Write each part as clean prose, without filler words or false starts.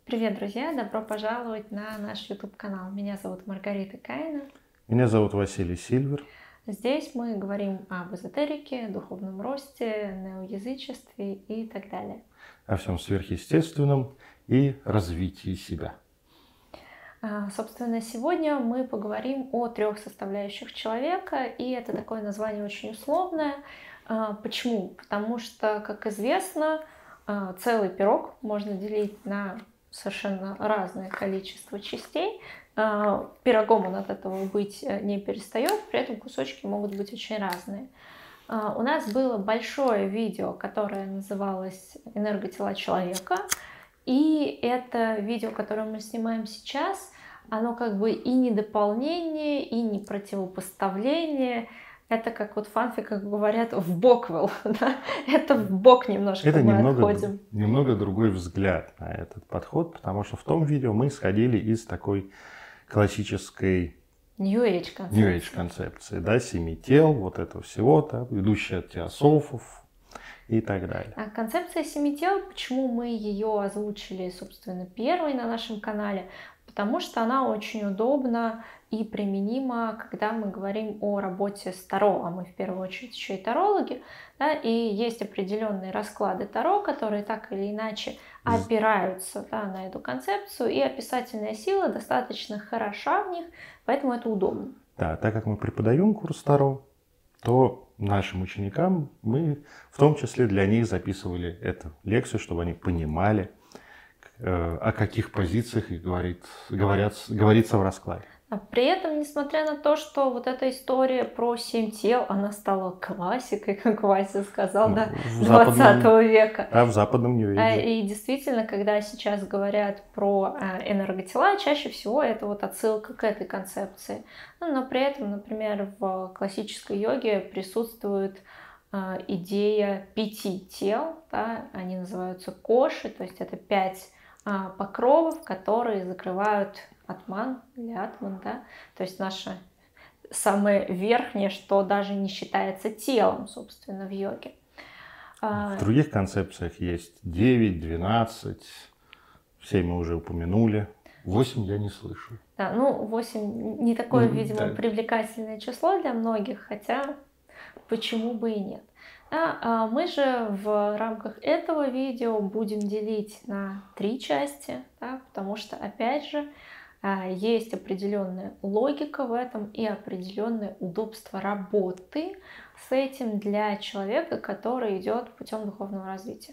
Привет, друзья! Добро пожаловать на наш YouTube-канал. Меня зовут Маргарита Каина. Меня зовут Василий Сильвер. Здесь мы говорим об эзотерике, духовном росте, неоязычестве и так далее. О всем сверхъестественном и развитии себя. Собственно, сегодня мы поговорим о 3 составляющих человека, и это такое название очень условное. Почему? Потому что, как известно, целый пирог можно делить на совершенно разное количество частей. Пирогом он от этого быть не перестает, при этом кусочки могут быть очень разные. У нас было большое видео, которое называлось «Энерготела человека», и это видео, которое мы снимаем сейчас, оно как бы и не дополнение, и не противопоставление. Это как вот фанфик, как говорят, в боквел, да? Это в бок немножко Это мы отходим. немного другой взгляд на этот подход, потому что в том видео мы исходили из такой классической New Age концепции, да, 7 тел, вот этого всего, да, ведущая от теософов и так далее. А концепция 7 тел, почему мы ее озвучили, собственно, первой на нашем канале? Потому что она очень удобна и применима, когда мы говорим о работе с Таро, а мы в первую очередь еще и тарологи, да, и есть определенные расклады Таро, которые так или иначе опираются, да, на эту концепцию, и описательная сила достаточно хороша в них, поэтому это удобно. Да, так как мы преподаем курс Таро, то нашим ученикам мы в том числе для них записывали эту лекцию, чтобы они понимали, о каких позициях и говорится в раскладе. При этом, несмотря на то, что вот эта история про 7 тел, она стала классикой, как Вася сказал, да, 20 века. А в западном New Age. И действительно, когда сейчас говорят про энерготела, чаще всего это вот отсылка к этой концепции. Но при этом, например, в классической йоге присутствует идея 5 тел, да, они называются коши, то есть это 5 покровов, которые закрывают атман или атман, да, то есть наше самое верхнее, что даже не считается телом, собственно, в йоге. В других концепциях есть 9, 12, все мы уже упомянули. 8 я не слышу. Да, ну 8 не такое, видимо, привлекательное число для многих, хотя почему бы и нет. Да, мы же в рамках этого видео будем делить на 3 части, да, потому что, опять же, есть определенная логика в этом и определенное удобство работы с этим для человека, который идет путем духовного развития.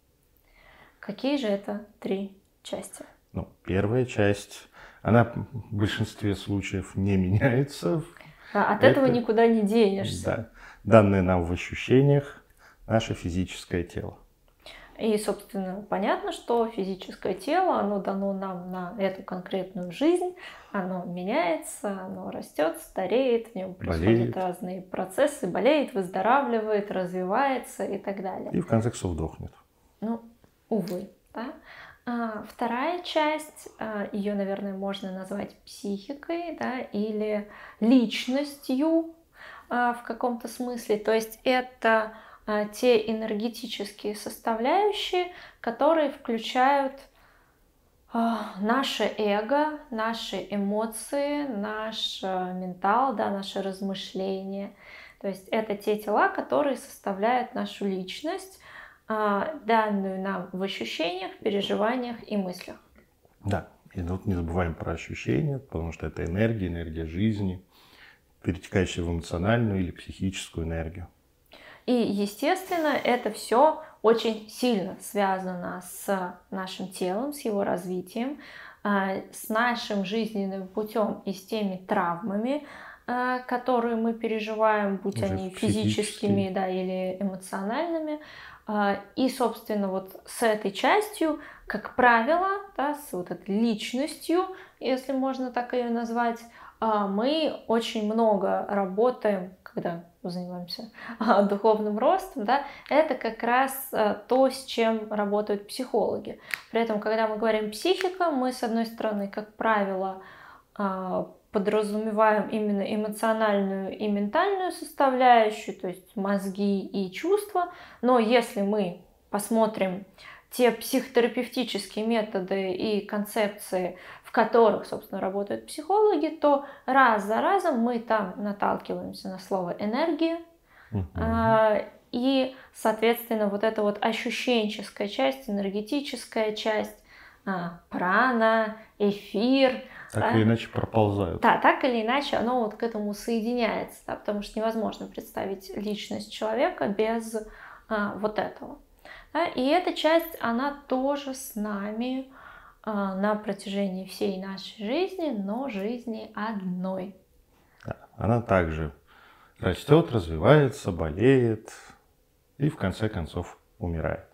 Какие же это 3 части? Ну, первая часть, она в большинстве случаев не меняется. От этого никуда не денешься. Да. Данное нам в ощущениях наше физическое тело. И, собственно, понятно, что физическое тело, оно дано нам на эту конкретную жизнь, оно меняется, оно растет, стареет, в нем происходят разные процессы, болеет, выздоравливает, развивается и так далее. И в конце концов дохнет. Ну, увы, да. Вторая часть, ее, наверное, можно назвать психикой, да, или личностью в каком-то смысле. То есть это те энергетические составляющие, которые включают наше эго, наши эмоции, наш ментал, да, наши размышления. То есть это те тела, которые составляют нашу личность, данную нам в ощущениях, переживаниях и мыслях. Да, и тут не забываем про ощущения, потому что это энергия жизни, перетекающая в эмоциональную или психическую энергию. И, естественно, это все очень сильно связано с нашим телом, с его развитием, с нашим жизненным путем и с теми травмами, которые мы переживаем, будь они физическими, да, или эмоциональными. И, собственно, вот с этой частью, как правило, да, с вот этой личностью, если можно так ее назвать, мы очень много работаем, когда занимаемся духовным ростом, да, это как раз то, с чем работают психологи. При этом, когда мы говорим психика, мы, с одной стороны, как правило, подразумеваем именно эмоциональную и ментальную составляющую, то есть мозги и чувства, но если мы посмотрим те психотерапевтические методы и концепции, в которых, собственно, работают психологи, то раз за разом мы там наталкиваемся на слово «энергия», и, соответственно, вот эта вот ощущенческая часть, энергетическая часть, прана, эфир. Так или иначе проползают. Да, так или иначе оно вот к этому соединяется, да, потому что невозможно представить личность человека без вот этого. Да, и эта часть, она тоже с нами на протяжении всей нашей жизни, но жизни одной. Да, она также растет, развивается, болеет и в конце концов умирает.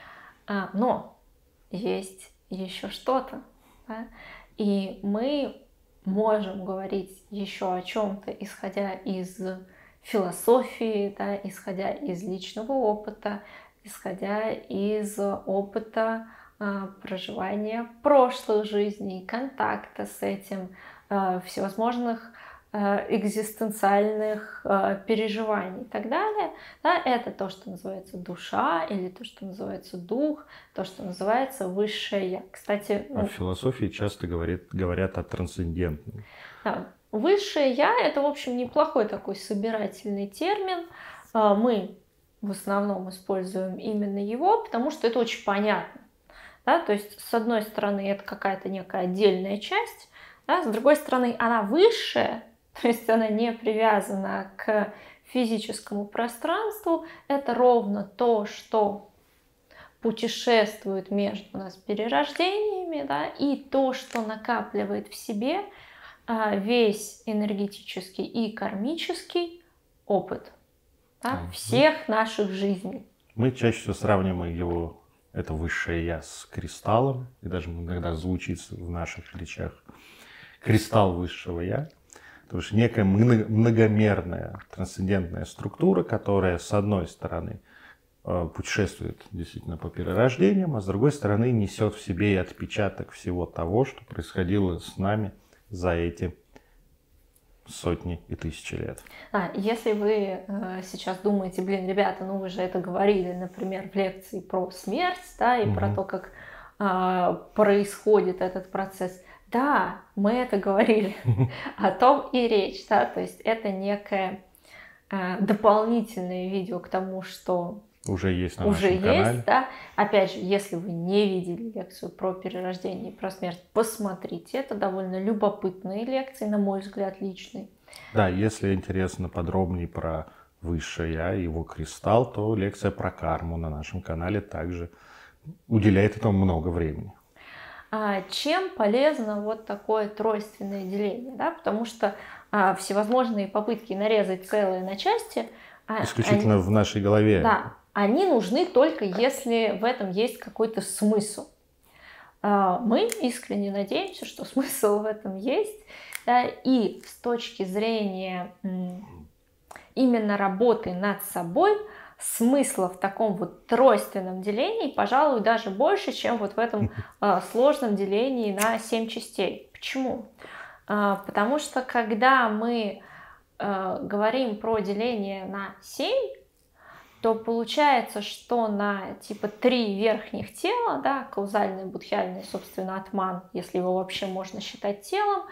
Но есть еще что-то, да? И мы можем говорить еще о чем-то, исходя из философии, да, исходя из личного опыта, исходя из опыта проживания прошлых жизней, контакта с этим, всевозможных экзистенциальных переживаний и так далее. Да, это то, что называется душа, или то, что называется дух, то, что называется высшее я. Кстати, в философии часто говорят о трансцендентном. Да, высшее я — это, в общем, неплохой такой собирательный термин. Мы в основном используем именно его, потому что это очень понятно. Да? То есть, с одной стороны, это какая-то некая отдельная часть, да? С другой стороны, она высшая, то есть она не привязана к физическому пространству. Это ровно то, что путешествует между нас перерождениями, да? И то, что накапливает в себе весь энергетический и кармический опыт, да, всех наших жизней. Мы чаще всего сравниваем его, это высшее я, с кристаллом, и даже иногда звучит в наших речах кристалл высшего я. Потому что некая многомерная трансцендентная структура, которая с одной стороны путешествует действительно по перерождениям, а с другой стороны несет в себе и отпечаток всего того, что происходило с нами за эти сотни и тысячи лет. Если вы сейчас думаете, ребята, ну вы же это говорили, например, в лекции про смерть, да, и про то, как происходит этот процесс. Да, мы это говорили, о том и речь, да, то есть это некое дополнительное видео к тому, что уже есть на нашем канале. Да. Опять же, если вы не видели лекцию про перерождение и про смерть, посмотрите, это довольно любопытные лекции, на мой взгляд, личные. Да, если интересно подробнее про высшее я и его кристалл, то лекция про карму на нашем канале также уделяет этому много времени. Чем полезно вот такое тройственное деление? Да? Потому что всевозможные попытки нарезать целое на части... Исключительно в нашей голове. Да, они нужны только если в этом есть какой-то смысл. Мы искренне надеемся, что смысл в этом есть. Да? И с точки зрения именно работы над собой, смысла в таком вот тройственном делении, пожалуй, даже больше, чем вот в этом сложном делении на 7 частей. Почему? Потому что когда мы говорим про деление на 7, то получается, что на типа 3 верхних тела, да, каузальное, будхиальное, собственно, атман, если его вообще можно считать телом,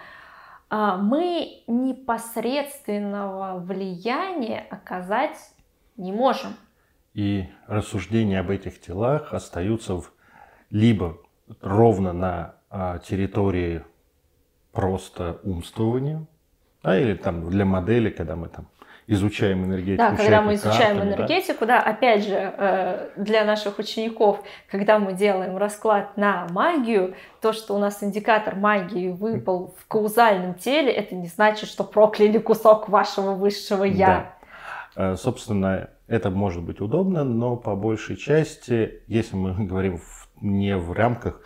мы непосредственного влияния оказать не можем. И рассуждения об этих телах остаются либо ровно на территории просто умствования, да, или там для модели, когда мы там изучаем энергетику. Да, когда мы изучаем энергетику, да, опять же, для наших учеников, когда мы делаем расклад на магию, то, что у нас индикатор магии выпал в каузальном теле, это не значит, что прокляли кусок вашего высшего я. Да. Собственно, это может быть удобно, но по большей части, если мы говорим не в рамках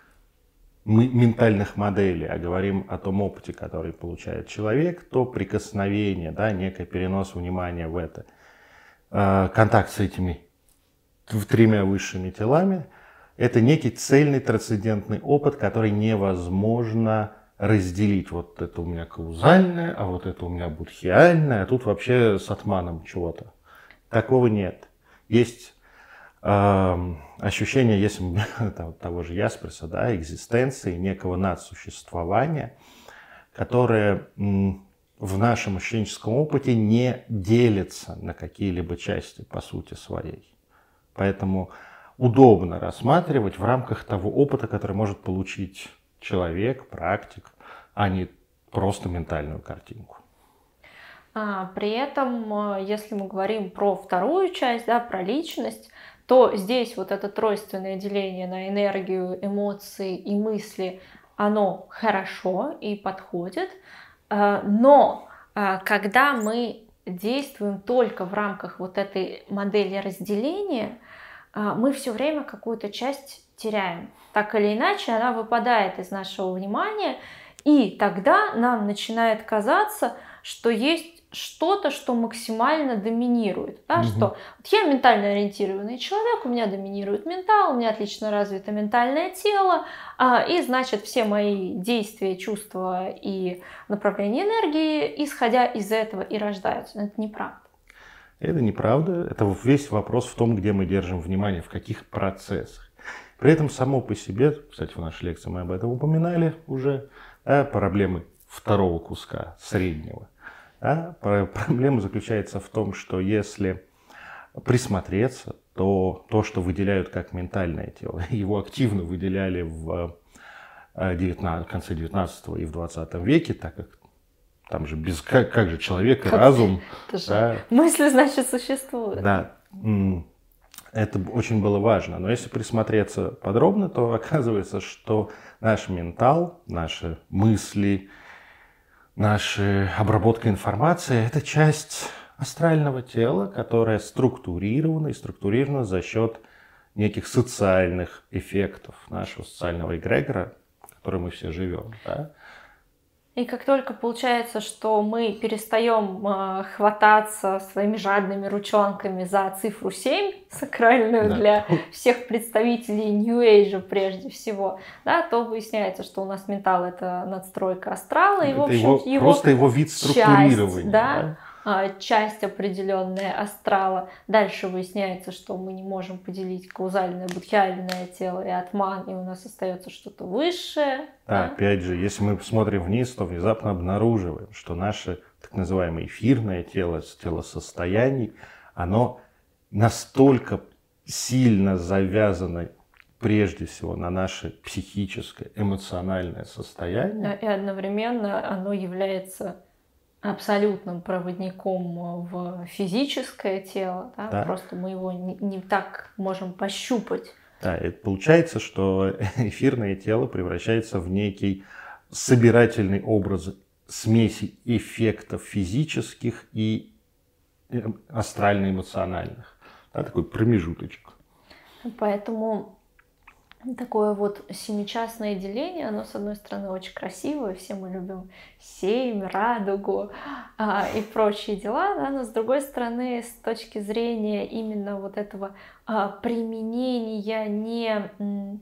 ментальных моделей, а говорим о том опыте, который получает человек, то прикосновение, да, некий перенос внимания в это, контакт с этими 3 высшими телами, это некий цельный трансцендентный опыт, который невозможно разделить. Вот это у меня каузальное, а вот это у меня будхиальное, а тут вообще с атманом чего-то. Такого нет. Есть ощущение, если того же Ясперса, да, экзистенции, некого надсуществования, которое в нашем ощущенческом опыте не делится на какие-либо части по сути своей. Поэтому удобно рассматривать в рамках того опыта, который может получить человек, практик, а не просто ментальную картинку. При этом, если мы говорим про вторую часть, да, про личность, то здесь вот это тройственное деление на энергию, эмоции и мысли, оно хорошо и подходит. Но когда мы действуем только в рамках вот этой модели разделения, мы все время какую-то часть теряем. Так или иначе, она выпадает из нашего внимания, и тогда нам начинает казаться, что есть что-то, что максимально доминирует. Да, что вот я ментально ориентированный человек, у меня доминирует ментал, у меня отлично развито ментальное тело, и значит все мои действия, чувства и направления энергии, исходя из этого, и рождаются. Но это неправда. Это неправда. Это весь вопрос в том, где мы держим внимание, в каких процессах. При этом само по себе, кстати, в нашей лекции мы об этом упоминали уже, проблемы второго куска, среднего. Проблема заключается в том, что если присмотреться, то то, что выделяют как ментальное тело, его активно выделяли в конце 19 и в 20 веке, так как там же как же человек и разум. Да, мысли, значит, существуют. Да, это очень было важно. Но если присмотреться подробно, то оказывается, что наш ментал, наши мысли, наша обработка информации – это часть астрального тела, которая структурирована за счет неких социальных эффектов нашего социального эгрегора, в котором мы все живем. Да? И как только получается, что мы перестаем хвататься своими жадными ручонками за цифру 7, сакральную для всех представителей New Age прежде всего, да, то выясняется, что у нас ментал — это надстройка астрала, и, в общем, просто его вид структурирования. Да? Часть определенная астрала. Дальше выясняется, что мы не можем поделить каузальное будхиальное тело и атман, и у нас остается что-то высшее. Да, опять же, если мы смотрим вниз, то внезапно обнаруживаем, что наше так называемое эфирное тело, тело состояний, оно настолько сильно завязано прежде всего на наше психическое, эмоциональное состояние. И одновременно оно является абсолютным проводником в физическое тело, да? Да. Просто мы его не так можем пощупать. Да, это получается, что эфирное тело превращается в некий собирательный образ смеси эффектов физических и астрально-эмоциональных. Да, такой промежуточек. Поэтому такое вот семичастное деление, оно, с одной стороны, очень красивое, все мы любим 7, радугу и прочие дела, да, но с другой стороны, с точки зрения именно вот этого применения не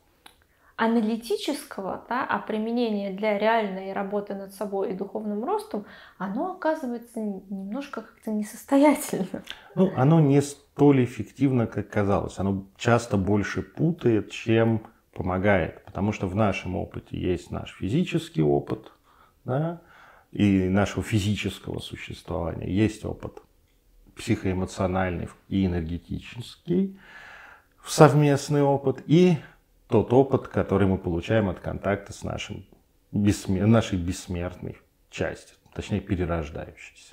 аналитического, да, а применения для реальной работы над собой и духовным ростом, оно оказывается немножко как-то несостоятельно. Ну, оно не столь эффективно, как казалось. Оно часто больше путает, чем помогает. Потому что в нашем опыте есть наш физический опыт, да, и нашего физического существования. Есть опыт психоэмоциональный и энергетический, совместный опыт, и тот опыт, который мы получаем от контакта с нашей бессмертной частью, точнее перерождающейся.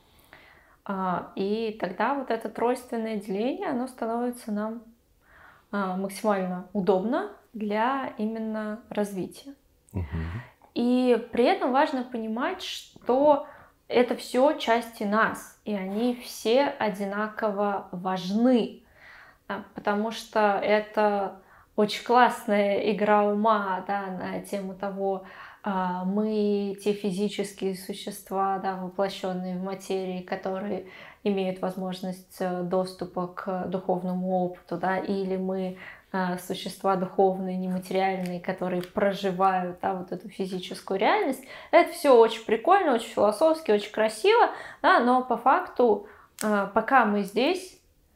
И тогда вот это тройственное деление, оно становится нам максимально удобно для именно развития. Угу. И при этом важно понимать, что это все части нас, и они все одинаково важны, потому что это очень классная игра ума, да, на тему того, мы те физические существа, да, воплощенные в материи, которые имеют возможность доступа к духовному опыту, да, или мы существа духовные, нематериальные, которые проживают, да, вот эту физическую реальность. Это все очень прикольно, очень философски, очень красиво, да, но по факту, пока мы здесь,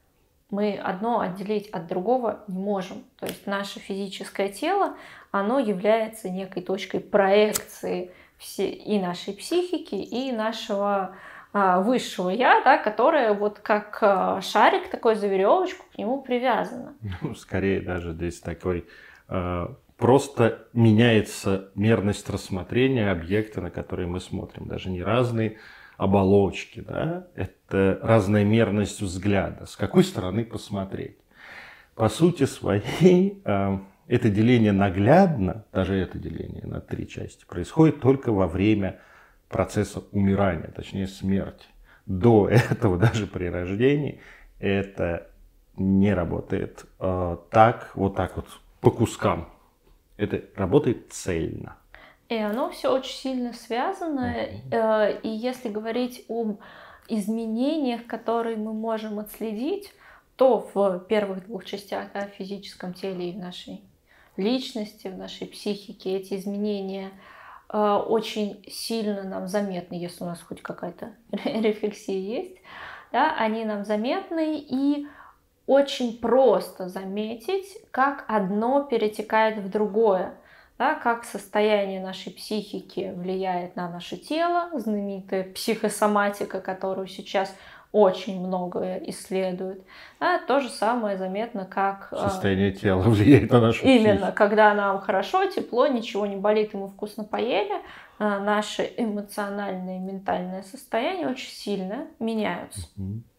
мы одно отделить от другого не можем. То есть наше физическое тело, оно является некой точкой проекции и нашей психики, и нашего высшего я, да, которое вот как шарик такой за веревочку к нему привязано. Ну, скорее даже здесь такой просто меняется мерность рассмотрения объекта, на который мы смотрим. Даже не разные оболочки, да? Это разная мерность взгляда. С какой стороны посмотреть? По сути своей, это деление наглядно, даже это деление на 3 части, происходит только во время процесса умирания, точнее смерти. До этого, даже при рождении, это не работает так вот по кускам. Это работает цельно. И оно все очень сильно связано. И если говорить об изменениях, которые мы можем отследить, то в первых 2 частях, да, в физическом теле и в нашей личности, в нашей психике, эти изменения очень сильно нам заметны, если у нас хоть какая-то рефлексия есть, да, они нам заметны, и очень просто заметить, как одно перетекает в другое, да, как состояние нашей психики влияет на наше тело, знаменитая психосоматика, которую сейчас очень много исследуют. Да, то же самое заметно, как состояние тела влияет на нашу психику. Именно, когда нам хорошо, тепло, ничего не болит, и мы вкусно поели, наше эмоциональное и ментальное состояние очень сильно меняются.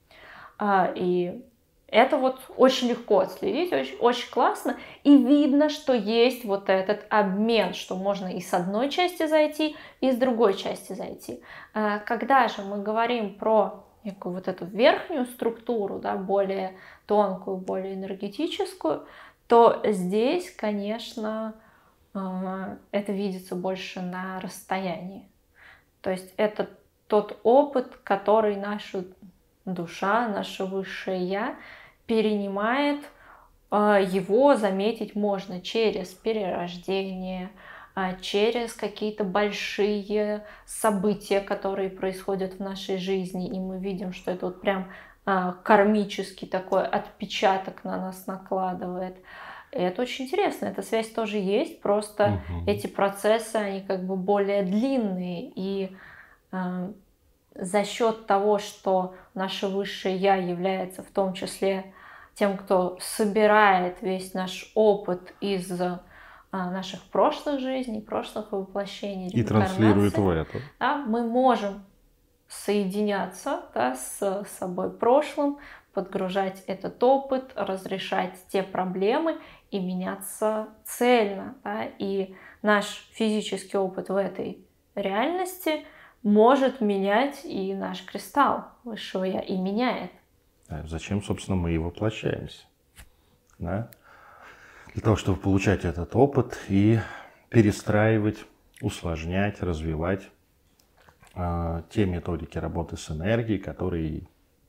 И это вот очень легко отследить, очень классно. И видно, что есть вот этот обмен, что можно и с одной части зайти, и с другой части зайти. Когда же мы говорим про некую вот эту верхнюю структуру, да, более тонкую, более энергетическую, то здесь, конечно, это видится больше на расстоянии. То есть это тот опыт, который наша душа, наше высшее я перенимает. Его заметить можно через перерождение, через какие-то большие события, которые происходят в нашей жизни, и мы видим, что это вот прям кармический такой отпечаток на нас накладывает. И это очень интересно, эта связь тоже есть, просто эти процессы, они как бы более длинные, и за счет того, что наше высшее я является в том числе тем, кто собирает весь наш опыт из наших прошлых жизней, прошлых воплощений, и транслирует в это. Да, мы можем соединяться, да, с собой прошлым, подгружать этот опыт, разрешать те проблемы и меняться цельно. Да, и наш физический опыт в этой реальности может менять и наш кристалл высшего я, и меняет. Зачем, собственно, мы и воплощаемся? Да? Для того, чтобы получать этот опыт и перестраивать, усложнять, развивать те методики работы с энергией, которыми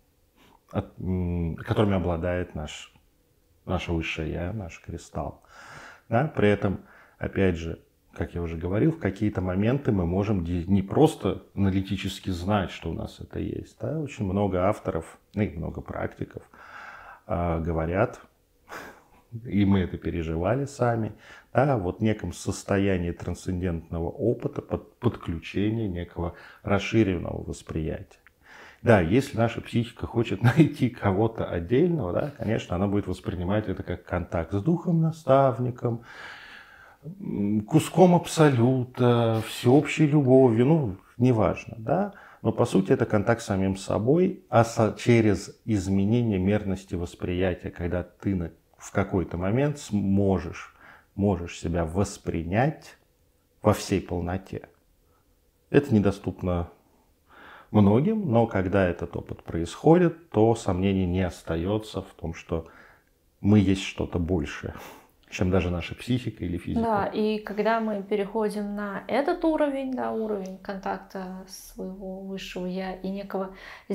обладает наше высшее я, наш кристалл. Да? При этом, опять же, как я уже говорил, в какие-то моменты мы можем не просто аналитически знать, что у нас это есть. Да? Очень много авторов, ну и много практиков говорят, и мы это переживали сами, да, вот в неком состоянии трансцендентного опыта, подключения, некого расширенного восприятия. Да, если наша психика хочет найти кого-то отдельного, да, конечно, она будет воспринимать это как контакт с духом-наставником, куском абсолюта, всеобщей любовью, ну, неважно, да, но по сути это контакт с самим собой, а через изменение мерности восприятия, когда ты в какой-то момент можешь себя воспринять во всей полноте. Это недоступно многим, но когда этот опыт происходит, то сомнений не остается в том, что мы есть что-то большее, чем даже наша психика или физика. Да, и когда мы переходим на этот уровень, да, уровень контакта своего высшего я и некого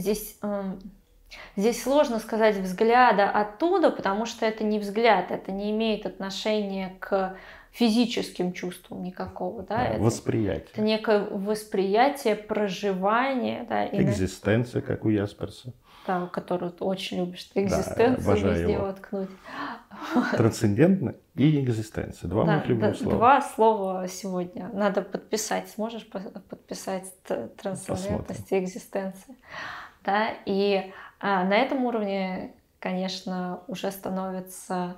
Здесь сложно сказать взгляда оттуда, потому что это не взгляд, это не имеет отношения к физическим чувствам никакого. Да? Восприятие. Это некое восприятие, проживание. Да, экзистенция, как у Ясперса. да, которую ты очень любишь, ты Да, экзистенцию обожаю везде его. воткнуть. Трансцендентно и экзистенция. Два моих Да, любимых слова. два слова сегодня. Надо подписать. Сможешь подписать трансцендентность Посмотрим. и экзистенция? Да, и на этом уровне, конечно, уже становится,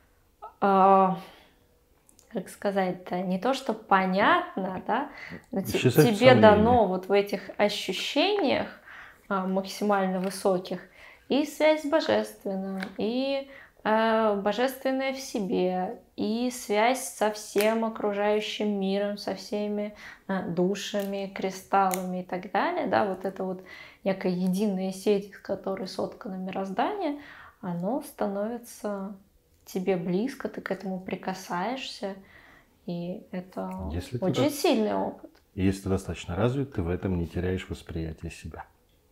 как сказать-то, не то, что понятно, да, но Исчезают тебе сомнения. дано вот в этих ощущениях максимально высоких и связь с божественным, и божественное в себе, и связь со всем окружающим миром, со всеми душами, кристаллами и так далее, да, вот это вот некая единая сеть, из которой соткано мироздание, оно становится тебе близко, ты к этому прикасаешься, и это Если ты, очень сильный опыт. если ты достаточно развит, ты в этом не теряешь восприятие себя.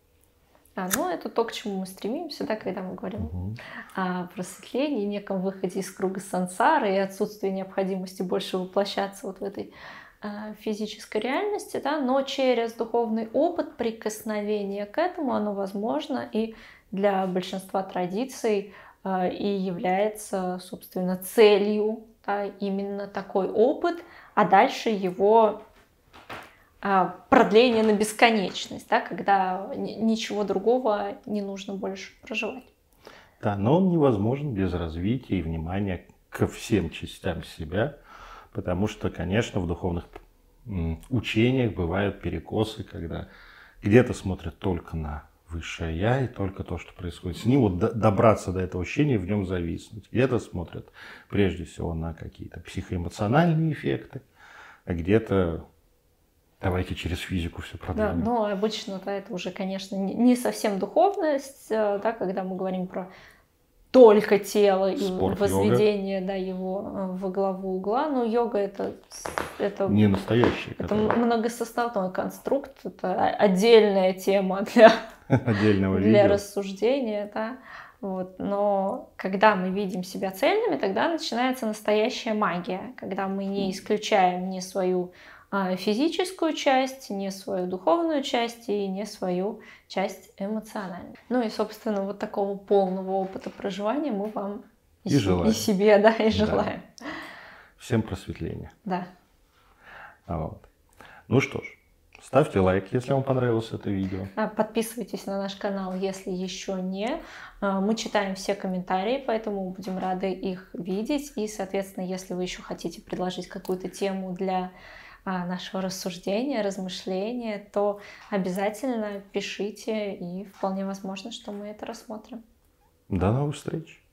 Ну, это то, к чему мы стремимся, да, когда мы говорим о просветлении, неком выходе из круга сансары и отсутствии необходимости больше воплощаться вот в этой физической реальности, да, но через духовный опыт прикосновения к этому оно возможно, и для большинства традиций и является, собственно, целью, да, именно такой опыт, а дальше его продление на бесконечность, да, когда ничего другого не нужно больше проживать. Да, но он невозможен без развития и внимания ко всем частям себя, потому что, конечно, в духовных учениях бывают перекосы, когда где-то смотрят только на высшее я и только то, что происходит с ним, вот добраться до этого ощущения и в нем зависнуть. Где-то смотрят прежде всего на какие-то психоэмоциональные эффекты, а где-то давайте через физику все Да, продвинем. но обычно-то это уже, конечно, не совсем духовность, да, когда мы говорим про только тело и Спорт, возведение, да, его во главу угла. Но йога это Не настоящий, это который многосоставной конструкт, это отдельная тема для отдельного для видео. рассуждения, да. Вот. Но когда мы видим себя цельными, тогда начинается настоящая магия, когда мы не исключаем ни свою физическую часть, не свою духовную часть и не свою часть эмоциональную. Ну и, собственно, вот такого полного опыта проживания мы вам И желаем. и себе, да, и Да. желаем. Всем просветления. Да. Вот. Ну что ж, ставьте лайк, если вам понравилось это видео. Подписывайтесь на наш канал, если еще не. Мы читаем все комментарии, поэтому будем рады их видеть. И, соответственно, если вы еще хотите предложить какую-то тему для нашего рассуждения, размышления, то обязательно пишите, и вполне возможно, что мы это рассмотрим. До новых встреч!